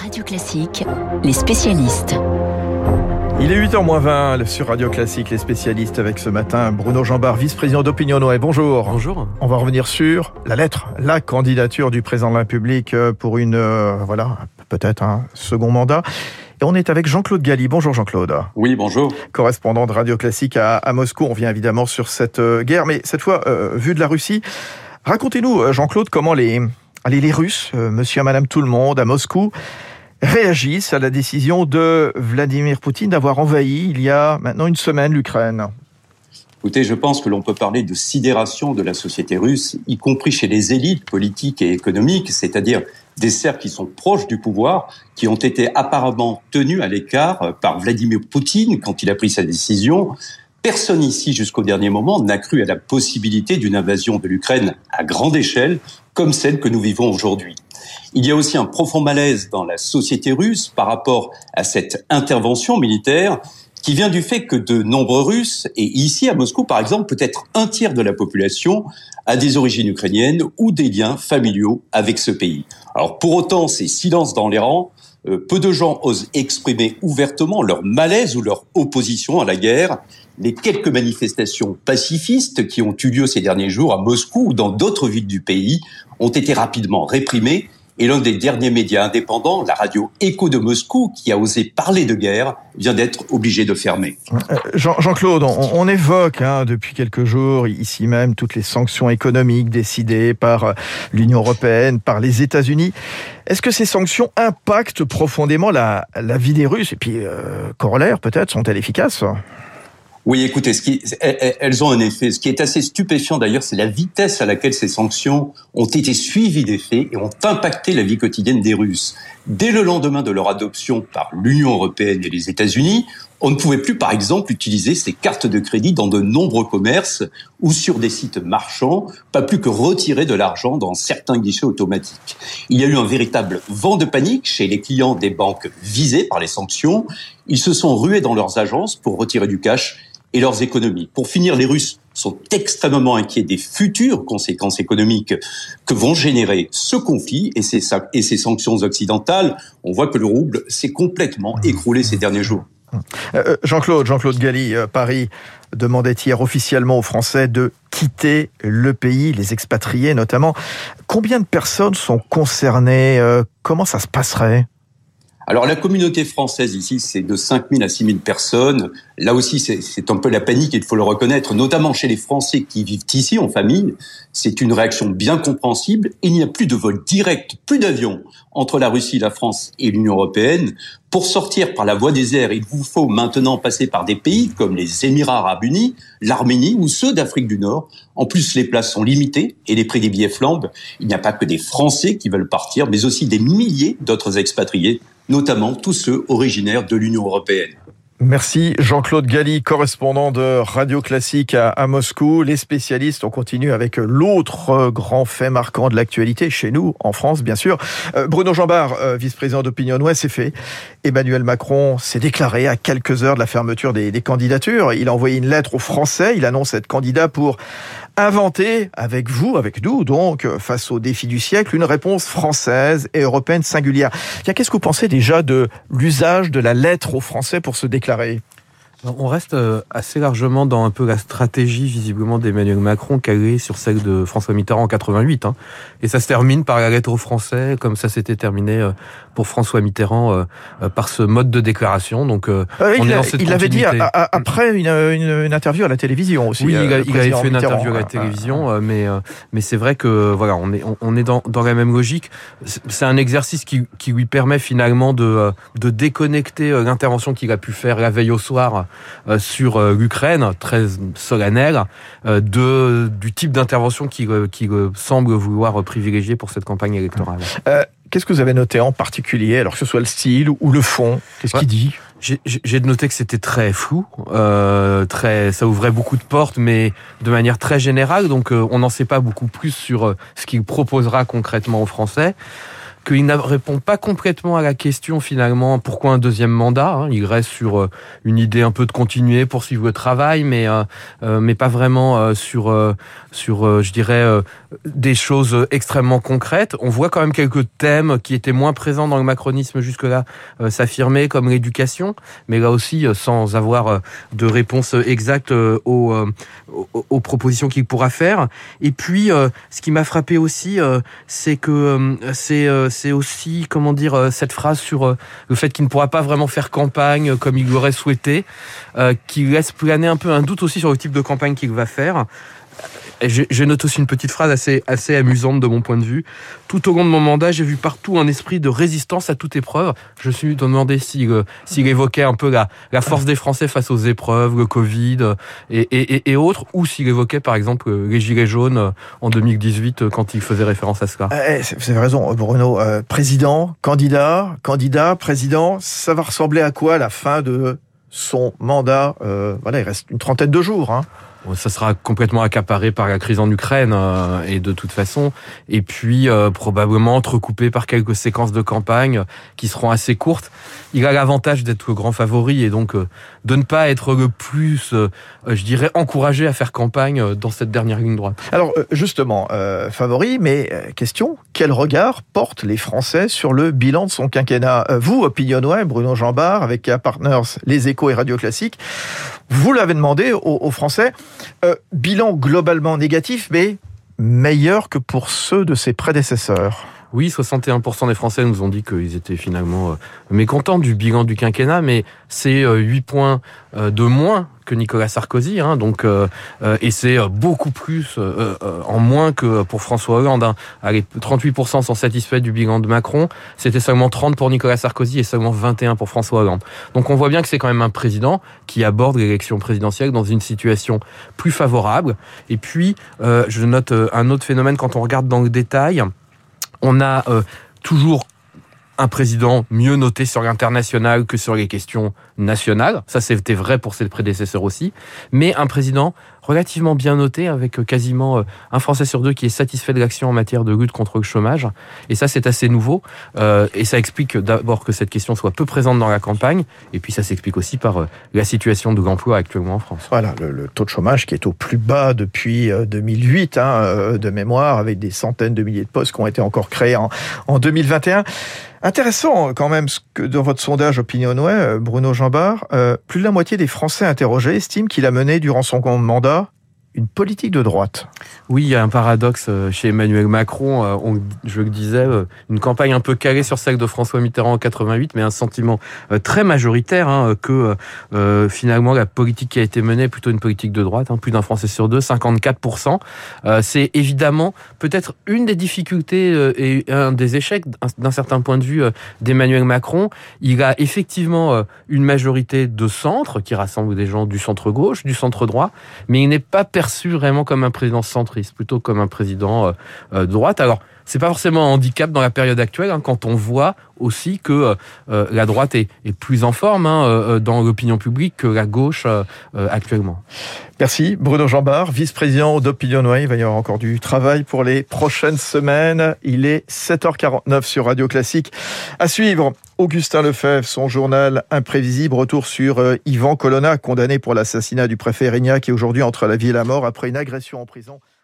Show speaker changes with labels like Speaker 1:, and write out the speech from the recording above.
Speaker 1: Radio Classique, les spécialistes.
Speaker 2: Il est 8h-20 sur Radio Classique, les spécialistes, avec ce matin Bruno Jambard, vice-président d'Opinionway. Bonjour.
Speaker 3: Bonjour.
Speaker 2: On va revenir sur la candidature du président de la République pour peut-être un second mandat. Et on est avec Jean-Claude Galli. Bonjour Jean-Claude.
Speaker 4: Oui, bonjour.
Speaker 2: Correspondant de Radio Classique à Moscou. On vient évidemment sur cette guerre, mais cette fois, vue de la Russie. Racontez-nous, Jean-Claude, comment les Russes, monsieur et madame tout le monde, à Moscou, réagissent à la décision de Vladimir Poutine d'avoir envahi, il y a maintenant une semaine, l'Ukraine.
Speaker 4: Écoutez, je pense que l'on peut parler de sidération de la société russe, y compris chez les élites politiques et économiques, c'est-à-dire des cercles qui sont proches du pouvoir, qui ont été apparemment tenus à l'écart par Vladimir Poutine quand il a pris sa décision. Personne ici, jusqu'au dernier moment, n'a cru à la possibilité d'une invasion de l'Ukraine à grande échelle, comme celle que nous vivons aujourd'hui. Il y a aussi un profond malaise dans la société russe par rapport à cette intervention militaire qui vient du fait que de nombreux Russes, et ici à Moscou par exemple, peut-être un tiers de la population, a des origines ukrainiennes ou des liens familiaux avec ce pays. Alors pour autant, c'est silence dans les rangs. Peu de gens osent exprimer ouvertement leur malaise ou leur opposition à la guerre. Les quelques manifestations pacifistes qui ont eu lieu ces derniers jours à Moscou ou dans d'autres villes du pays ont été rapidement réprimées. Et l'un des derniers médias indépendants, la radio Écho de Moscou, qui a osé parler de guerre, vient d'être obligé de fermer.
Speaker 2: Jean-Claude, on évoque depuis quelques jours, ici même, toutes les sanctions économiques décidées par l'Union européenne, par les États-Unis. Est-ce que ces sanctions impactent profondément la vie des Russes ? Et puis, corollaire peut-être, sont-elles efficaces ?
Speaker 4: Oui, écoutez, elles ont un effet. Ce qui est assez stupéfiant d'ailleurs, c'est la vitesse à laquelle ces sanctions ont été suivies des faits et ont impacté la vie quotidienne des Russes. Dès le lendemain de leur adoption par l'Union européenne et les États-Unis, on ne pouvait plus, par exemple, utiliser ces cartes de crédit dans de nombreux commerces ou sur des sites marchands, pas plus que retirer de l'argent dans certains guichets automatiques. Il y a eu un véritable vent de panique chez les clients des banques visées par les sanctions. Ils se sont rués dans leurs agences pour retirer du cash et leurs économies. Pour finir, les Russes sont extrêmement inquiets des futures conséquences économiques que vont générer ce conflit et ces sanctions occidentales. On voit que le rouble s'est complètement écroulé ces derniers jours.
Speaker 2: Jean-Claude Galli, Paris demandait hier officiellement aux Français de quitter le pays, les expatriés notamment. Combien de personnes sont concernées ? Comment ça se passerait ?
Speaker 4: Alors la communauté française ici, c'est de 5 000 à 6 000 personnes. Là aussi, c'est un peu la panique, il faut le reconnaître, notamment chez les Français qui vivent ici en famille. C'est une réaction bien compréhensible. Il n'y a plus de vol direct, plus d'avions entre la Russie, la France et l'Union européenne. Pour sortir par la voie des airs, il vous faut maintenant passer par des pays comme les Émirats arabes unis, l'Arménie ou ceux d'Afrique du Nord. En plus, les places sont limitées et les prix des billets flambent. Il n'y a pas que des Français qui veulent partir, mais aussi des milliers d'autres expatriés, notamment tous ceux originaires de l'Union européenne.
Speaker 2: Merci Jean-Claude Galli, correspondant de Radio Classique à Moscou. Les spécialistes, on continue avec l'autre grand fait marquant de l'actualité, chez nous, en France bien sûr. Bruno Jambard, vice-président d'Opinionway, c'est fait. Emmanuel Macron s'est déclaré à quelques heures de la fermeture des candidatures. Il a envoyé une lettre aux Français, il annonce être candidat pour inventer, avec nous donc, face au défi du siècle, une réponse française et européenne singulière. Qu'est-ce que vous pensez déjà de l'usage de la lettre aux Français pour se déclarer ?
Speaker 3: On reste assez largement dans un peu la stratégie visiblement d'Emmanuel Macron calée sur celle de François Mitterrand en 88. Et ça se termine par la lettre aux Français, comme ça s'était terminé pour François Mitterrand par ce mode de déclaration. Donc on est dans cette
Speaker 2: il l'avait dit après une interview à la télévision aussi.
Speaker 3: Oui, il avait fait une interview à la télévision, mais c'est vrai que voilà, on est dans la même logique. C'est un exercice qui lui permet finalement de déconnecter l'intervention qu'il a pu faire la veille au soir sur l'Ukraine, très solennelle, du type d'intervention qu'il semble vouloir privilégier pour cette campagne électorale.
Speaker 2: Qu'est-ce que vous avez noté en particulier, alors que ce soit le style ou le fond ? Qu'est-ce qu'il dit ?
Speaker 3: J'ai noté que c'était très flou, ça ouvrait beaucoup de portes, mais de manière très générale, donc on n'en sait pas beaucoup plus sur ce qu'il proposera concrètement aux Français. qu'il ne répond pas complètement à la question finalement pourquoi un deuxième mandat. Il reste sur une idée un peu de continuer, poursuivre le travail, mais pas vraiment sur je dirais des choses extrêmement concrètes. On voit quand même quelques thèmes qui étaient moins présents dans le macronisme jusque-là s'affirmer, comme l'éducation, mais là aussi sans avoir de réponse exacte aux propositions qu'il pourra faire. Et puis ce qui m'a frappé aussi, c'est que c'est aussi, comment dire, cette phrase sur le fait qu'il ne pourra pas vraiment faire campagne comme il l'aurait souhaité, qui laisse planer un peu un doute aussi sur le type de campagne qu'il va faire. Je note aussi une petite phrase assez amusante de mon point de vue. Tout au long de mon mandat, j'ai vu partout un esprit de résistance à toute épreuve. Je me suis demandé s'il évoquait un peu la force des Français face aux épreuves, le Covid et autres, ou s'il évoquait par exemple les Gilets jaunes en 2018 quand il faisait référence à cela.
Speaker 2: Vous avez raison, Bruno. Président, candidat, président, ça va ressembler à quoi à la fin de son mandat? Il reste une trentaine de jours.
Speaker 3: Ça sera complètement accaparé par la crise en Ukraine et de toute façon, et puis probablement entrecoupé par quelques séquences de campagne qui seront assez courtes. Il a l'avantage d'être le grand favori et donc de ne pas être le plus, je dirais, encouragé à faire campagne dans cette dernière ligne droite.
Speaker 2: Alors justement, favori, mais question, quel regard portent les Français sur le bilan de son quinquennat? Vous, Opinionway, Bruno Jambard, avec K Partners, Les Échos et Radio Classique, vous l'avez demandé aux Français. Bilan globalement négatif, mais meilleur que pour ceux de ses prédécesseurs.
Speaker 3: Oui, 61% des Français nous ont dit qu'ils étaient finalement mécontents du bilan du quinquennat, mais c'est 8 points de moins que Nicolas Sarkozy, et c'est beaucoup plus en moins que pour François Hollande. Allez, 38% sont satisfaits du bilan de Macron, c'était seulement 30 pour Nicolas Sarkozy et seulement 21 pour François Hollande. Donc on voit bien que c'est quand même un président qui aborde l'élection présidentielle dans une situation plus favorable. Et puis, je note un autre phénomène quand on regarde dans le détail. On a toujours un président mieux noté sur l'international que sur les questions nationales. Ça, c'était vrai pour ses prédécesseurs aussi. Mais un président relativement bien noté, avec quasiment un Français sur deux qui est satisfait de l'action en matière de lutte contre le chômage. Et ça, c'est assez nouveau. Et ça explique d'abord que cette question soit peu présente dans la campagne. Et puis, ça s'explique aussi par la situation de l'emploi actuellement en France.
Speaker 2: Voilà, le taux de chômage qui est au plus bas depuis 2008, de mémoire, avec des centaines de milliers de postes qui ont été encore créés en 2021. Intéressant quand même ce que dans votre sondage Opinionway, Bruno Jambard, plus de la moitié des Français interrogés estiment qu'il a mené durant son mandat une politique de droite.
Speaker 3: Oui, il y a un paradoxe chez Emmanuel Macron. Je le disais, une campagne un peu calée sur celle de François Mitterrand en 88, mais un sentiment très majoritaire que finalement la politique qui a été menée est plutôt une politique de droite. Plus d'un Français sur deux, 54%. C'est évidemment peut-être une des difficultés et un des échecs d'un certain point de vue d'Emmanuel Macron. Il a effectivement une majorité de centre qui rassemble des gens du centre-gauche, du centre-droit, mais il n'est pas perçu vraiment comme un président centriste, plutôt comme un président de droite. Alors, c'est pas forcément un handicap dans la période actuelle, quand on voit aussi que la droite est plus en forme dans l'opinion publique que la gauche actuellement.
Speaker 2: Merci Bruno Jambard, vice-président d'Opinionway. Il va y avoir encore du travail pour les prochaines semaines. Il est 7h49 sur Radio Classique. À suivre, Augustin Lefebvre, son journal imprévisible. Retour sur Yvan Colonna, condamné pour l'assassinat du préfet Erignac et aujourd'hui entre la vie et la mort après une agression en prison.